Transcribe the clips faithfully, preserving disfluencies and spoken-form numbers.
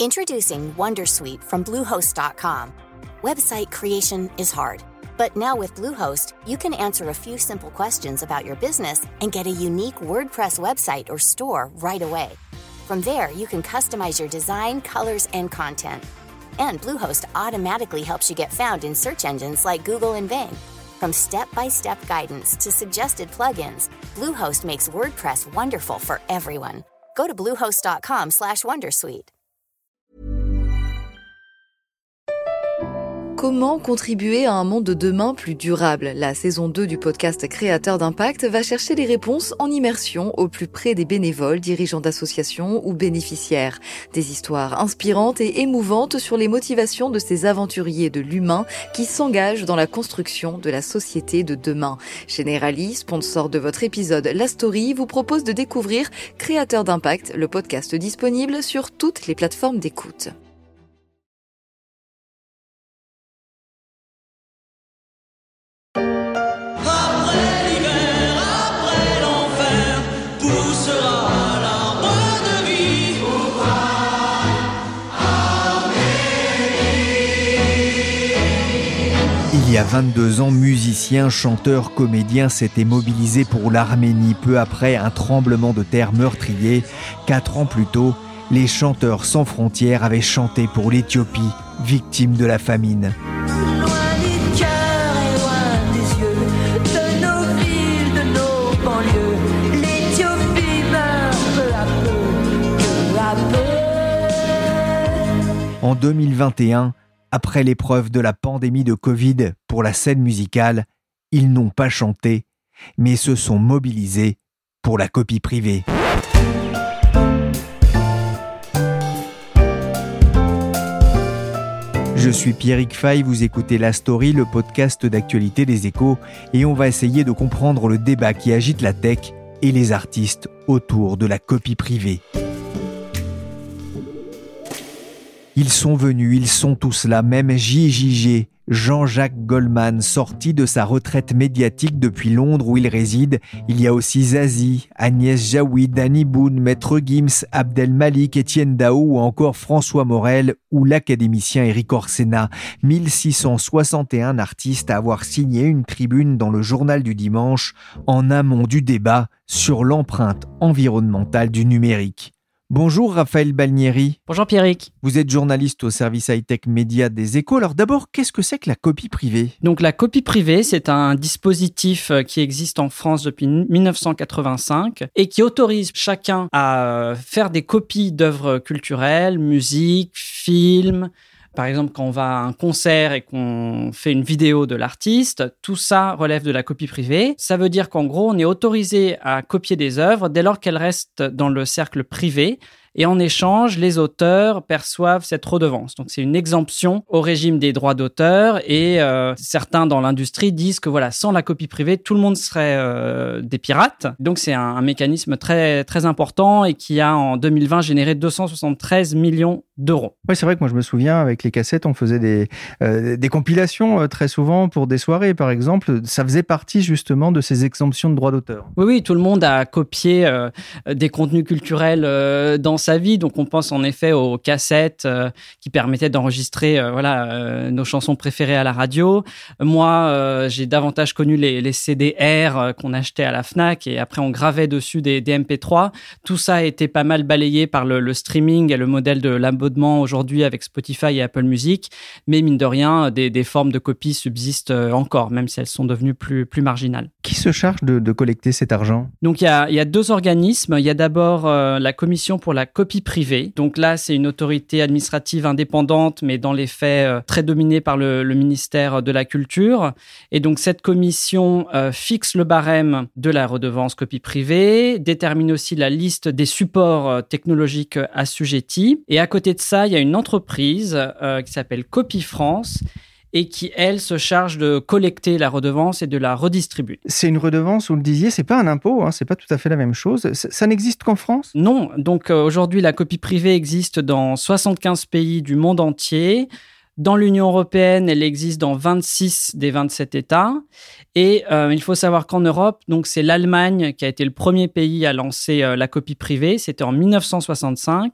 Introducing Wondersuite from Bluehost dot com. Website creation is hard, but now with Bluehost, you can answer a few simple questions about your business and get a unique WordPress website or store right away. From there, you can customize your design, colors, and content. And Bluehost automatically helps you get found in search engines like Google and Bing. From step-by-step guidance to suggested plugins, Bluehost makes WordPress wonderful for everyone. Go to bluehost dot com slash wondersuite. Comment contribuer à un monde de demain plus durable ? La saison deux du podcast Créateurs d'impact va chercher les réponses en immersion au plus près des bénévoles, dirigeants d'associations ou bénéficiaires. Des histoires inspirantes et émouvantes sur les motivations de ces aventuriers de l'humain qui s'engagent dans la construction de la société de demain. Generali, sponsor de votre épisode La Story, vous propose de découvrir Créateurs d'impact, le podcast disponible sur toutes les plateformes d'écoute. Il y a vingt-deux ans, musiciens, chanteurs, comédiens s'étaient mobilisés pour l'Arménie. Peu après un tremblement de terre meurtrier, quatre ans plus tôt, les chanteurs sans frontières avaient chanté pour l'Éthiopie, victime de la famine. Loin des cœurs et loin des yeux, de nos villes, de nos banlieues, l'Éthiopie meurt peu à peu, peu à peu. En deux mille vingt et un, après l'épreuve de la pandémie de Covid pour la scène musicale, ils n'ont pas chanté, mais se sont mobilisés pour la copie privée. Je suis Pierrick Fay, vous écoutez La Story, le podcast d'actualité des Échos, et on va essayer de comprendre le débat qui agite la tech et les artistes autour de la copie privée. Ils sont venus, ils sont tous là, même J J G, Jean-Jacques Goldman, sorti de sa retraite médiatique depuis Londres où il réside. Il y a aussi Zazie, Agnès Jaoui, Danny Boone, Maître Gims, Abdel Malik, Étienne Dao ou encore François Morel ou l'académicien Éric Orsena. mille six cent soixante et un artistes à avoir signé une tribune dans le journal du dimanche en amont du débat sur l'empreinte environnementale du numérique. Bonjour Raphaël Balnieri. Bonjour Pierrick. Vous êtes journaliste au service high-tech média des Échos. Alors d'abord, qu'est-ce que c'est que la copie privée ? Donc la copie privée, c'est un dispositif qui existe en France depuis dix-neuf cent quatre-vingt-cinq et qui autorise chacun à faire des copies d'œuvres culturelles, musique, films. Par exemple, quand on va à un concert et qu'on fait une vidéo de l'artiste, tout ça relève de la copie privée. Ça veut dire qu'en gros, on est autorisé à copier des œuvres dès lors qu'elles restent dans le cercle privé. Et en échange, les auteurs perçoivent cette redevance. Donc, c'est une exemption au régime des droits d'auteur. Et euh, certains dans l'industrie disent que voilà, sans la copie privée, tout le monde serait euh, des pirates. Donc, c'est un, un mécanisme très très important et qui a en deux mille vingt généré deux cent soixante-treize millions d'euros. Oui, c'est vrai que moi je me souviens avec les cassettes, on faisait des euh, des compilations euh, très souvent pour des soirées, par exemple. Ça faisait partie justement de ces exemptions de droits d'auteur. Oui, oui, tout le monde a copié euh, des contenus culturels euh, dans sa vie. Donc, on pense en effet aux cassettes euh, qui permettaient d'enregistrer euh, voilà, euh, nos chansons préférées à la radio. Moi, euh, j'ai davantage connu les, les C D R euh, qu'on achetait à la Fnac et après, on gravait dessus des, des M P trois. Tout ça a été pas mal balayé par le, le streaming et le modèle de l'abonnement aujourd'hui avec Spotify et Apple Music. Mais mine de rien, des, des formes de copies subsistent encore, même si elles sont devenues plus, plus marginales. Qui se charge de, de collecter cet argent ? Donc, il y a, il y a deux organismes. Il y a d'abord euh, la Commission pour la copie privée. Donc là, c'est une autorité administrative indépendante, mais dans les faits, euh, très dominée par le, le ministère de la Culture. Et donc, cette commission euh, fixe le barème de la redevance copie privée, détermine aussi la liste des supports euh, technologiques assujettis. Et à côté de ça, il y a une entreprise euh, qui s'appelle Copie France et qui, elle, se charge de collecter la redevance et de la redistribuer. C'est une redevance, vous le disiez, c'est pas un impôt, hein, c'est pas tout à fait la même chose. Ça, ça n'existe qu'en France ? Non, donc euh, aujourd'hui, la copie privée existe dans soixante-quinze pays du monde entier. Dans l'Union européenne, elle existe dans vingt-six des vingt-sept États. Et euh, il faut savoir qu'en Europe, donc c'est l'Allemagne qui a été le premier pays à lancer euh, la copie privée. C'était en dix-neuf cent soixante-cinq.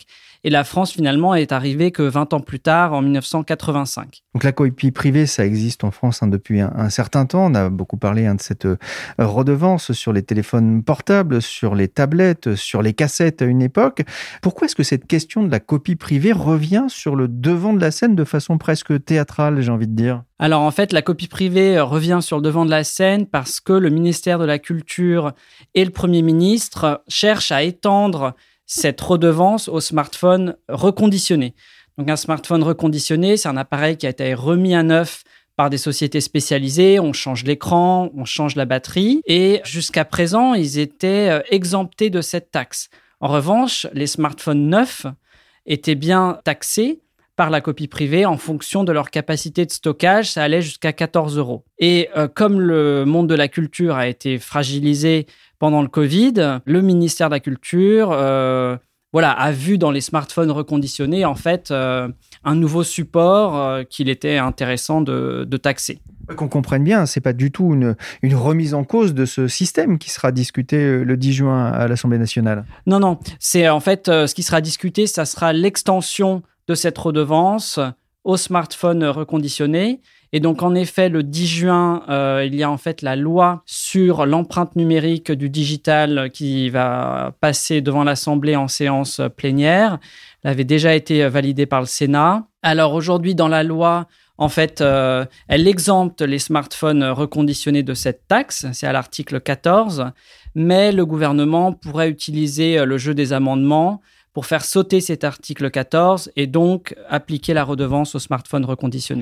Et la France, finalement, est arrivée que vingt ans plus tard, en dix-neuf cent quatre-vingt-cinq. Donc la copie privée, ça existe en France hein, depuis un, un certain temps. On a beaucoup parlé hein, de cette euh, redevance sur les téléphones portables, sur les tablettes, sur les cassettes à une époque. Pourquoi est-ce que cette question de la copie privée revient sur le devant de la scène de façon presque théâtrale, j'ai envie de dire ? Alors en fait, la copie privée revient sur le devant de la scène parce que le ministère de la Culture et le Premier ministre cherchent à étendre cette redevance aux smartphones reconditionnés. Donc un smartphone reconditionné, c'est un appareil qui a été remis à neuf par des sociétés spécialisées. On change l'écran, on change la batterie. Et jusqu'à présent, ils étaient exemptés de cette taxe. En revanche, les smartphones neufs étaient bien taxés par la copie privée en fonction de leur capacité de stockage. Ça allait jusqu'à quatorze euros. Et euh, comme le monde de la culture a été fragilisé pendant le Covid, le ministère de la Culture euh, voilà, a vu dans les smartphones reconditionnés en fait, euh, un nouveau support euh, qu'il était intéressant de, de taxer. Qu'on comprenne bien, c'est pas du tout une, une remise en cause de ce système qui sera discuté le dix juin à l'Assemblée nationale. Non, non. C'est en fait euh, ce qui sera discuté, ça sera l'extension de cette redevance aux smartphones reconditionnés. Et donc, en effet, le dix juin, euh, il y a en fait la loi sur l'empreinte numérique du digital qui va passer devant l'Assemblée en séance plénière. Elle avait déjà été validée par le Sénat. Alors aujourd'hui, dans la loi, en fait, euh, elle exempte les smartphones reconditionnés de cette taxe. C'est à l'article quatorze. Mais le gouvernement pourrait utiliser le jeu des amendements pour faire sauter cet article quatorze et donc appliquer la redevance aux smartphones reconditionnés.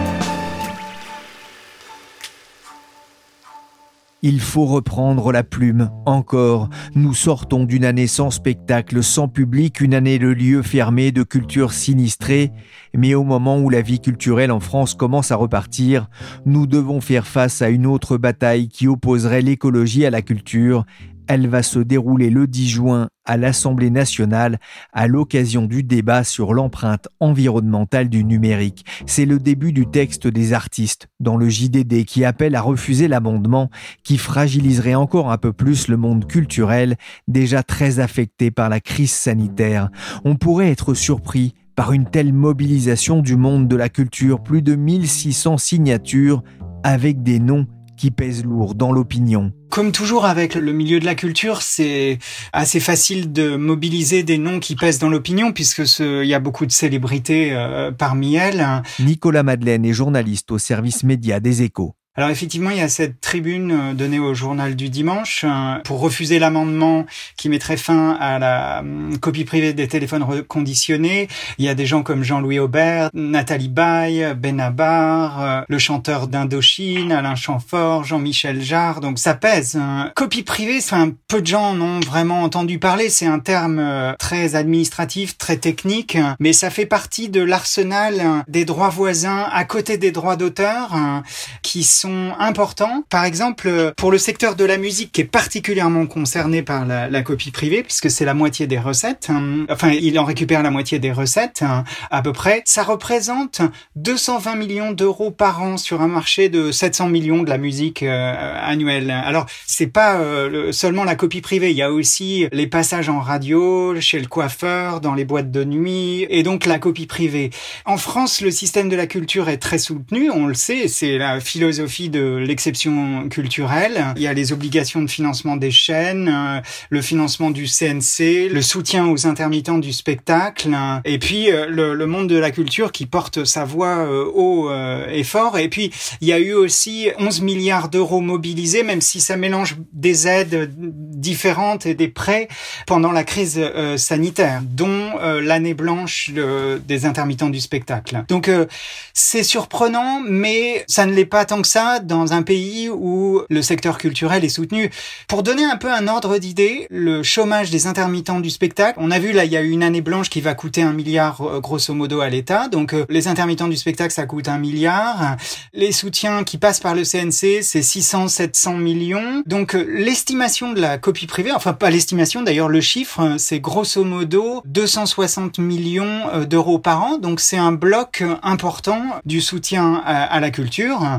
Il faut reprendre la plume, encore. Nous sortons d'une année sans spectacle, sans public, une année de lieux fermés, de culture sinistrée. Mais au moment où la vie culturelle en France commence à repartir, nous devons faire face à une autre bataille qui opposerait l'écologie à la culture. Elle va se dérouler le dix juin à l'Assemblée nationale à l'occasion du débat sur l'empreinte environnementale du numérique. C'est le début du texte des artistes dans le J D D qui appelle à refuser l'amendement qui fragiliserait encore un peu plus le monde culturel déjà très affecté par la crise sanitaire. On pourrait être surpris par une telle mobilisation du monde de la culture, plus de mille six cents signatures avec des noms qui pèsent lourd dans l'opinion. Comme toujours avec le milieu de la culture, c'est assez facile de mobiliser des noms qui pèsent dans l'opinion puisque ce, il y a beaucoup de célébrités euh, parmi elles. Nicolas Madeleine est journaliste au service média des Échos. Alors effectivement, il y a cette tribune donnée au Journal du Dimanche pour refuser l'amendement qui mettrait fin à la copie privée des téléphones reconditionnés. Il y a des gens comme Jean-Louis Aubert, Nathalie Baye, Benabar, le chanteur d'Indochine, Alain Chamfort, Jean-Michel Jarre. Donc ça pèse. Copie privée, enfin, peu de gens en ont vraiment entendu parler. C'est un terme très administratif, très technique, mais ça fait partie de l'arsenal des droits voisins à côté des droits d'auteur qui sont importants. Par exemple, pour le secteur de la musique qui est particulièrement concerné par la, la copie privée, puisque c'est la moitié des recettes, hein, enfin, il en récupère la moitié des recettes, hein, à peu près. Ça représente deux cent vingt millions d'euros par an sur un marché de sept cents millions de la musique euh, annuelle. Alors, c'est pas euh, seulement la copie privée, il y a aussi les passages en radio, chez le coiffeur, dans les boîtes de nuit, et donc la copie privée. En France, le système de la culture est très soutenu, on le sait, c'est la philosophie de l'exception culturelle. Il y a les obligations de financement des chaînes, euh, le financement du C N C, le soutien aux intermittents du spectacle, euh, et puis euh, le, le monde de la culture qui porte sa voix euh, haut euh, et fort. Et puis, il y a eu aussi onze milliards d'euros mobilisés, même si ça mélange des aides différentes et des prêts pendant la crise euh, sanitaire, dont euh, l'année blanche de, des intermittents du spectacle. Donc, euh, c'est surprenant, mais ça ne l'est pas tant que ça dans un pays où le secteur culturel est soutenu. Pour donner un peu un ordre d'idée, le chômage des intermittents du spectacle, on a vu là, il y a eu une année blanche qui va coûter un milliard euh, grosso modo à l'État. Donc euh, les intermittents du spectacle, ça coûte un milliard. Les soutiens qui passent par le C N C, c'est six cents, sept cents millions. Donc euh, l'estimation de la copie privée, enfin pas l'estimation d'ailleurs, le chiffre, c'est grosso modo deux cent soixante millions d'euros par an. Donc c'est un bloc important du soutien à, à la culture, un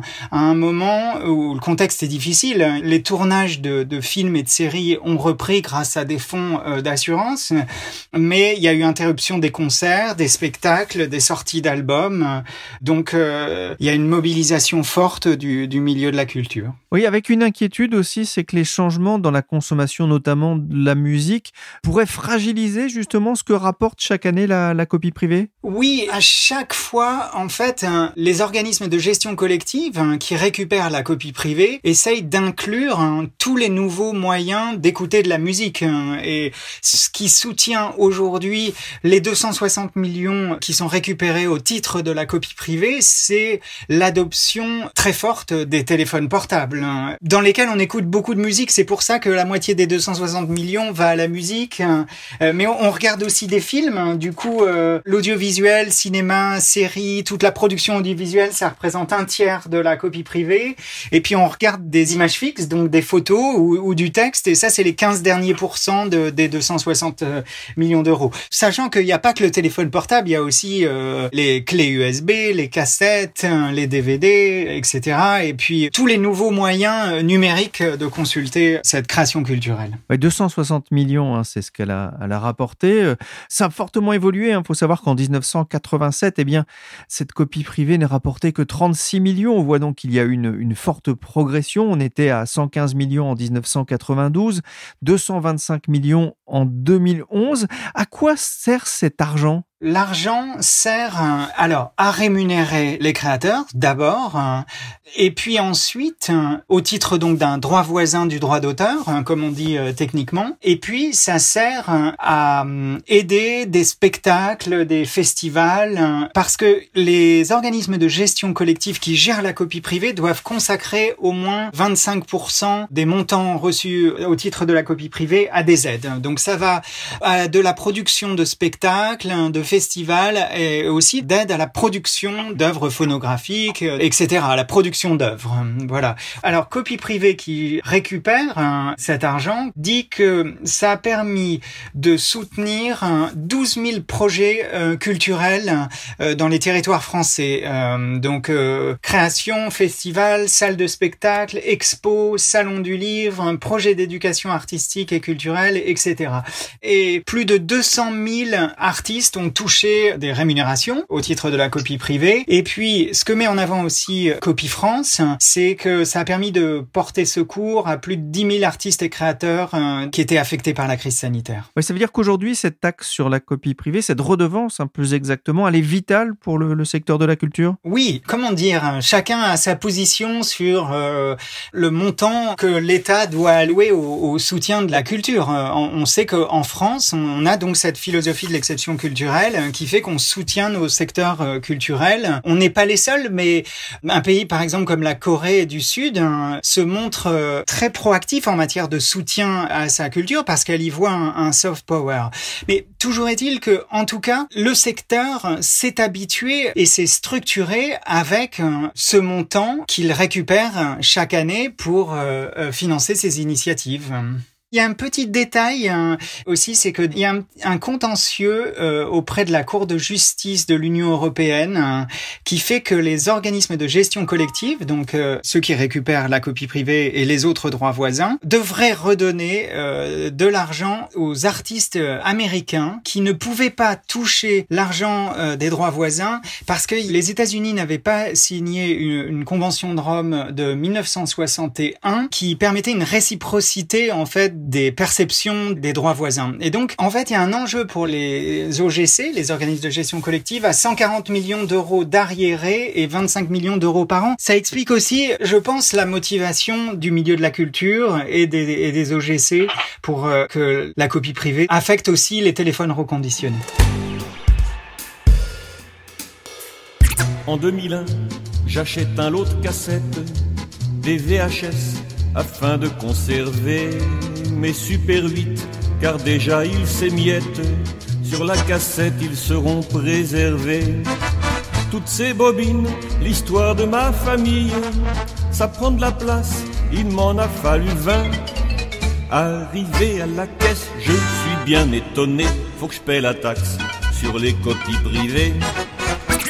un moment où le contexte est difficile. Les tournages de, de films et de séries ont repris grâce à des fonds euh, d'assurance, mais il y a eu interruption des concerts, des spectacles, des sorties d'albums. Donc, euh, il y a une mobilisation forte du, du milieu de la culture. Oui, avec une inquiétude aussi, c'est que les changements dans la consommation, notamment de la musique, pourraient fragiliser justement ce que rapporte chaque année la, la copie privée ? Oui, à chaque fois, en fait, hein, les organismes de gestion collective hein, qui récupèrent la copie privée essayent d'inclure hein, tous les nouveaux moyens d'écouter de la musique. Hein, et ce qui soutient aujourd'hui les deux cent soixante millions qui sont récupérés au titre de la copie privée, c'est l'adoption très forte des téléphones portables, hein, dans lesquels on écoute beaucoup de musique. C'est pour ça que la moitié des deux cent soixante millions va à la musique. Hein. Euh, mais on, on regarde aussi des films. Hein. Du coup, euh, l'audiovisuel, cinéma, série, toute la production audiovisuelle, ça représente un tiers de la copie privée. Et puis on regarde des images fixes, donc des photos ou, ou du texte. Et ça, c'est les quinze derniers pourcents de, des deux cent soixante millions d'euros. Sachant qu'il n'y a pas que le téléphone portable, il y a aussi euh, les clés U S B, les cassettes, les D V D, et cetera. Et puis tous les nouveaux moyens numériques de consulter cette création culturelle. Ouais, deux cent soixante millions, hein, c'est ce qu'elle a, elle a rapporté. Ça a fortement évolué. Il hein. faut savoir qu'en dix-neuf cent quatre-vingt-sept, eh bien, cette copie privée n'est rapportée que trente-six millions. On voit donc qu'il y a une, une forte progression. On était à cent quinze millions en dix-neuf cent quatre-vingt-douze, deux cent vingt-cinq millions en deux mille onze. À quoi sert cet argent ? L'argent sert alors à rémunérer les créateurs d'abord, et puis ensuite au titre donc d'un droit voisin du droit d'auteur, comme on dit techniquement, et puis ça sert à aider des spectacles, des festivals, parce que les organismes de gestion collective qui gèrent la copie privée doivent consacrer au moins vingt-cinq pour cent des montants reçus au titre de la copie privée à des aides. Donc ça va à de la production de spectacles, de festivals et aussi d'aide à la production d'œuvres phonographiques, et cetera, à la production d'œuvres. Voilà. Alors, Copie Privée qui récupère hein, cet argent dit que ça a permis de soutenir hein, douze mille projets euh, culturels euh, dans les territoires français. Euh, donc, euh, création, festival, salle de spectacle, expo, salon du livre, projets d'éducation artistique et culturelle, et cetera. Et plus de deux cent mille artistes ont touché des rémunérations au titre de la copie privée. Et puis, ce que met en avant aussi Copie France, c'est que ça a permis de porter secours à plus de dix mille artistes et créateurs euh, qui étaient affectés par la crise sanitaire. Ouais, ça veut dire qu'aujourd'hui, cette taxe sur la copie privée, cette redevance, hein, plus exactement, elle est vitale pour le, le secteur de la culture ? Oui, comment dire, chacun a sa position sur euh, le montant que l'État doit allouer au, au soutien de la culture. Euh, on, on sait qu'en France, on a donc cette philosophie de l'exception culturelle qui fait qu'on soutient nos secteurs euh, culturels. On n'est pas les seuls, mais un pays, par exemple, comme la Corée du Sud, hein, se montre euh, très proactif en matière de soutien à sa culture parce qu'elle y voit un, un soft power. Mais toujours est-il que, en tout cas, le secteur s'est habitué et s'est structuré avec euh, ce montant qu'il récupère chaque année pour euh, euh, financer ses initiatives. Il y a un petit détail euh, aussi, c'est qu'il y a un, un contentieux euh, auprès de la Cour de justice de l'Union européenne euh, qui fait que les organismes de gestion collective, donc euh, ceux qui récupèrent la copie privée et les autres droits voisins, devraient redonner euh, de l'argent aux artistes américains qui ne pouvaient pas toucher l'argent euh, des droits voisins parce que les États-Unis n'avaient pas signé une, une convention de Rome de dix-neuf cent soixante et un qui permettait une réciprocité en fait des perceptions des droits voisins. Et donc, en fait, il y a un enjeu pour les O G C, les organismes de gestion collective, à cent quarante millions d'euros d'arriérés et vingt-cinq millions d'euros par an. Ça explique aussi, je pense, la motivation du milieu de la culture et des, et des O G C pour euh, que la copie privée affecte aussi les téléphones reconditionnés. En deux mille un, j'achète un lot de cassettes, des V H S, afin de conserver mes Super huit, car déjà ils s'émiettent. Sur la cassette, ils seront préservés. Toutes ces bobines, l'histoire de ma famille, ça prend de la place, il m'en a fallu vingt. Arrivé à la caisse, je suis bien étonné, faut que je paie la taxe sur les copies privées.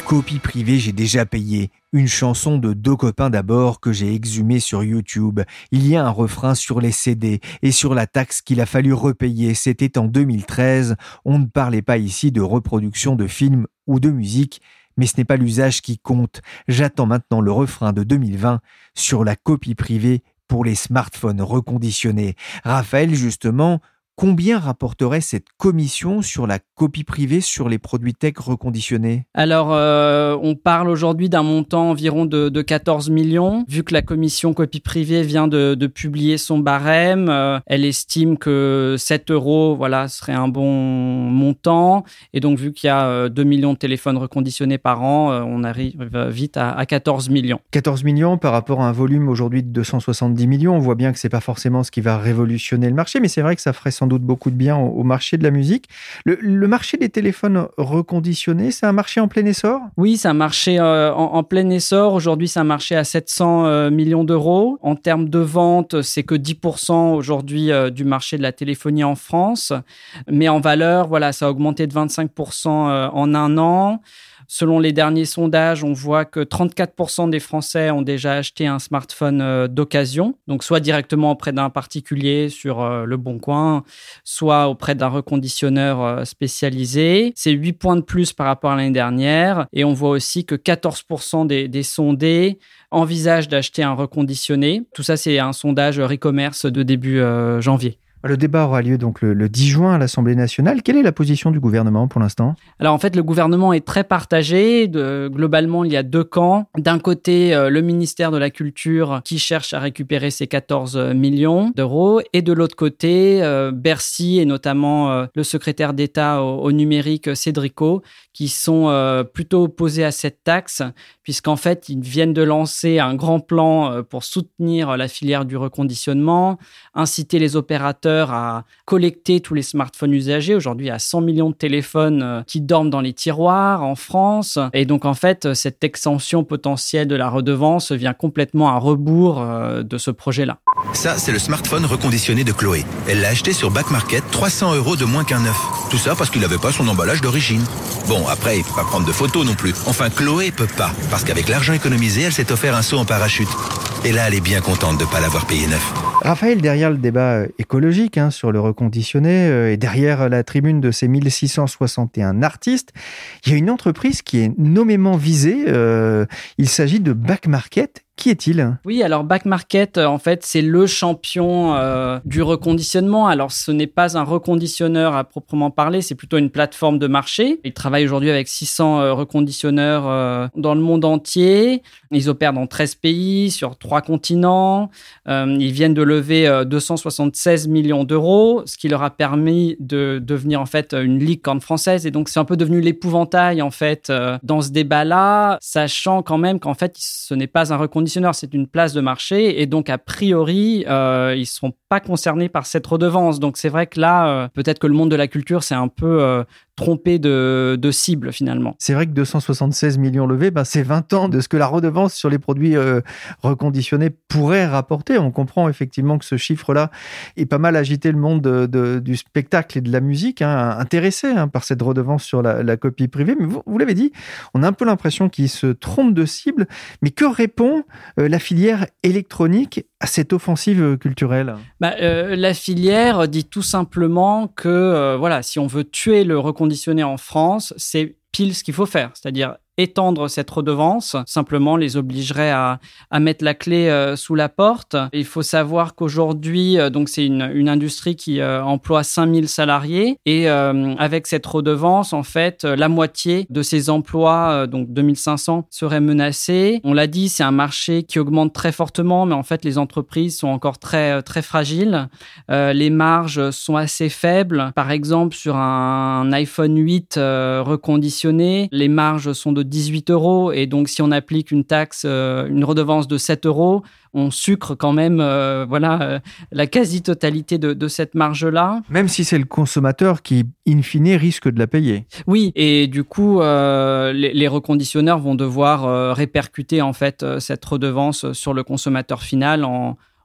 Copie privée, j'ai déjà payé. Une chanson de deux copains d'abord que j'ai exhumée sur YouTube. Il y a un refrain sur les C D et sur la taxe qu'il a fallu repayer. C'était en deux mille treize. On ne parlait pas ici de reproduction de films ou de musique, mais ce n'est pas l'usage qui compte. J'attends maintenant le refrain de deux mille vingt sur la copie privée pour les smartphones reconditionnés. Raphaël, justement, combien rapporterait cette commission sur la copie privée sur les produits tech reconditionnés ? Alors, euh, on parle aujourd'hui d'un montant environ de, de quatorze millions. Vu que la commission copie privée vient de, de publier son barème, euh, elle estime que sept euros, voilà, serait un bon montant. Et donc, vu qu'il y a euh, deux millions de téléphones reconditionnés par an, euh, on arrive vite à, à quatorze millions. quatorze millions par rapport à un volume aujourd'hui de deux cent soixante-dix millions. On voit bien que c'est pas forcément ce qui va révolutionner le marché, mais c'est vrai que ça ferait sans doute beaucoup de bien au, au marché de la musique. Le, le marché des téléphones reconditionnés, c'est un marché en plein essor ? Oui, c'est un marché euh, en, en plein essor. Aujourd'hui, c'est un marché à sept cents euh, millions d'euros. En termes de vente, c'est que dix pour cent aujourd'hui euh, du marché de la téléphonie en France. Mais en valeur, voilà, ça a augmenté de vingt-cinq pour cent euh, en un an. Selon les derniers sondages, on voit que trente-quatre pour cent des Français ont déjà acheté un smartphone euh, d'occasion, donc soit directement auprès d'un particulier sur euh, Le Bon Coin, soit auprès d'un reconditionneur euh, spécialisé. C'est huit points de plus par rapport à l'année dernière. Et on voit aussi que quatorze pour cent des, des sondés envisagent d'acheter un reconditionné. Tout ça, c'est un sondage Recommerce de début euh, janvier. Le débat aura lieu donc le, le dix juin à l'Assemblée nationale. Quelle est la position du gouvernement pour l'instant ? Alors en fait, le gouvernement est très partagé. De, globalement, il y a deux camps. D'un côté, euh, le ministère de la Culture qui cherche à récupérer ses quatorze millions d'euros. Et de l'autre côté, euh, Bercy et notamment euh, le secrétaire d'État au, au numérique, Cédrico, qui sont euh, plutôt opposés à cette taxe, puisqu'en fait, ils viennent de lancer un grand plan euh, pour soutenir la filière du reconditionnement, inciter les opérateurs à collecter tous les smartphones usagés. Aujourd'hui, il y a cent millions de téléphones euh, qui dorment dans les tiroirs en France. Et donc, en fait, cette extension potentielle de la redevance vient complètement à rebours euh, de ce projet-là. Ça, c'est le smartphone reconditionné de Chloé. Elle l'a acheté sur Back Market, trois cents euros de moins qu'un neuf. Tout ça parce qu'il n'avait pas son emballage d'origine. Bon, après, il ne peut pas prendre de photos non plus. Enfin, Chloé peut pas, parce qu'avec l'argent économisé, elle s'est offert un saut en parachute. Et là, elle est bien contente de ne pas l'avoir payé neuf. Raphaël, derrière le débat écologique hein, sur le reconditionné euh, et derrière la tribune de ces mille six cent soixante et un artistes, il y a une entreprise qui est nommément visée. Euh, il s'agit de Back Market. Qui est-il ? Oui, alors Back Market, en fait, c'est le champion euh, du reconditionnement. Alors, ce n'est pas un reconditionneur à proprement parler, c'est plutôt une plateforme de marché. Ils travaillent aujourd'hui avec six cents euh, reconditionneurs euh, dans le monde entier. Ils opèrent dans treize pays, sur trois continents. Euh, ils viennent de lever euh, deux cent soixante-seize millions d'euros, ce qui leur a permis de devenir en fait une licorne française. Et donc, c'est un peu devenu l'épouvantail en fait euh, dans ce débat-là, sachant quand même qu'en fait, ce n'est pas un reconditionneur. C'est une place de marché et donc a priori euh, ils ne seront pas concernés par cette redevance. Donc c'est vrai que là euh, peut-être que le monde de la culture s'est un peu euh, trompé de, de cible finalement. C'est vrai que deux cent soixante-seize millions levés, ben, c'est vingt ans de ce que la redevance sur les produits euh, reconditionnés pourrait rapporter. On comprend effectivement que ce chiffre-là est pas mal agité le monde de, de, du spectacle et de la musique, hein, intéressé hein, par cette redevance sur la, la copie privée. Mais vous, vous l'avez dit, on a un peu l'impression qu'il se trompe de cible. Mais que répond euh, la filière électronique à cette offensive culturelle ? Bah, euh, la filière dit tout simplement que euh, voilà, si on veut tuer le reconditionné en France, c'est pile ce qu'il faut faire, c'est-à-dire étendre cette redevance, simplement les obligerait à, à mettre la clé euh, sous la porte. Il faut savoir qu'aujourd'hui, euh, donc c'est une, une industrie qui euh, emploie cinq mille salariés et euh, avec cette redevance, en fait, euh, la moitié de ces emplois, euh, donc deux mille cinq cents, seraient menacés. On l'a dit, c'est un marché qui augmente très fortement, mais en fait, les entreprises sont encore très, très fragiles. Euh, les marges sont assez faibles. Par exemple, sur un iPhone huit euh, reconditionné, les marges sont de dix-huit euros et donc si on applique une taxe, euh, une redevance de sept euros, on sucre quand même euh, voilà, euh, la quasi-totalité de, de cette marge-là. Même si c'est le consommateur qui, in fine, risque de la payer. Oui, et du coup, euh, les, les reconditionneurs vont devoir euh, répercuter en fait, euh, cette redevance sur le consommateur final en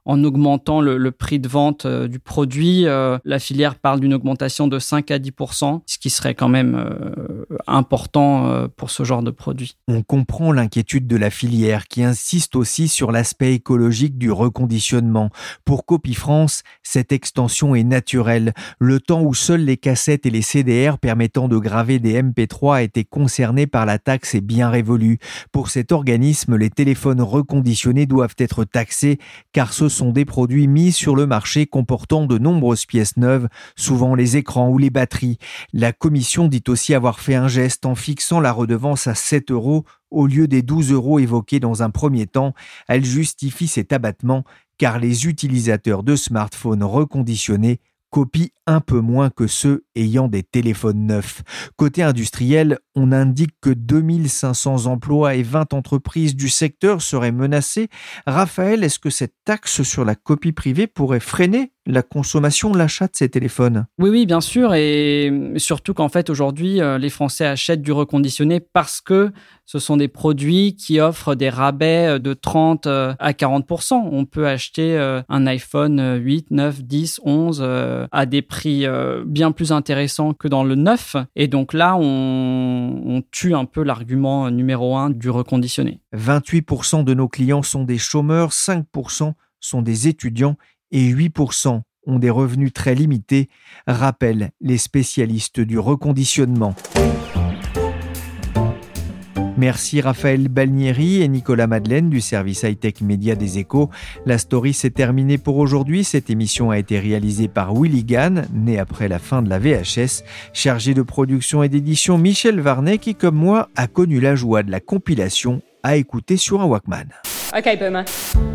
en augmentant le, le prix de vente euh, du produit. Euh, la filière parle d'une augmentation de cinq à dix pour cent, ce qui serait quand même euh, important euh, pour ce genre de produit. On comprend l'inquiétude de la filière qui insiste aussi sur l'aspect écologique du reconditionnement. Pour Copy-France, cette extension est naturelle. Le temps où seuls les cassettes et les C D R permettant de graver des M P trois étaient concernés par la taxe est bien révolu. Pour cet organisme, les téléphones reconditionnés doivent être taxés car ce sont des produits mis sur le marché comportant de nombreuses pièces neuves, souvent les écrans ou les batteries. La commission dit aussi avoir fait un geste en fixant la redevance à sept euros au lieu des douze euros évoqués dans un premier temps. Elle justifie cet abattement car les utilisateurs de smartphones reconditionnés copient un peu moins que ceux ayant des téléphones neufs. Côté industriel, on indique que deux mille cinq cents emplois et vingt entreprises du secteur seraient menacées. Raphaël, est-ce que cette taxe sur la copie privée pourrait freiner la consommation, l'achat de ces téléphones? Oui, oui, bien sûr. Et surtout qu'en fait, aujourd'hui, les Français achètent du reconditionné parce que ce sont des produits qui offrent des rabais de trente à quarante pour cent. On peut acheter un iPhone huit, neuf, dix, onze à des prix bien plus intéressants que dans le neuf. Et donc là, on, on tue un peu l'argument numéro un du reconditionné. vingt-huit pour cent de nos clients sont des chômeurs, cinq pour cent sont des étudiants et huit pour cent ont des revenus très limités, rappellent les spécialistes du reconditionnement. Merci Raphaël Balnieri et Nicolas Madeleine du service high-tech média des Échos. La story s'est terminée pour aujourd'hui. Cette émission a été réalisée par Willy Gann, né après la fin de la V H S. Chargé de production et d'édition, Michel Varnet, qui comme moi a connu la joie de la compilation à écouter sur un Walkman. Ok, boomer.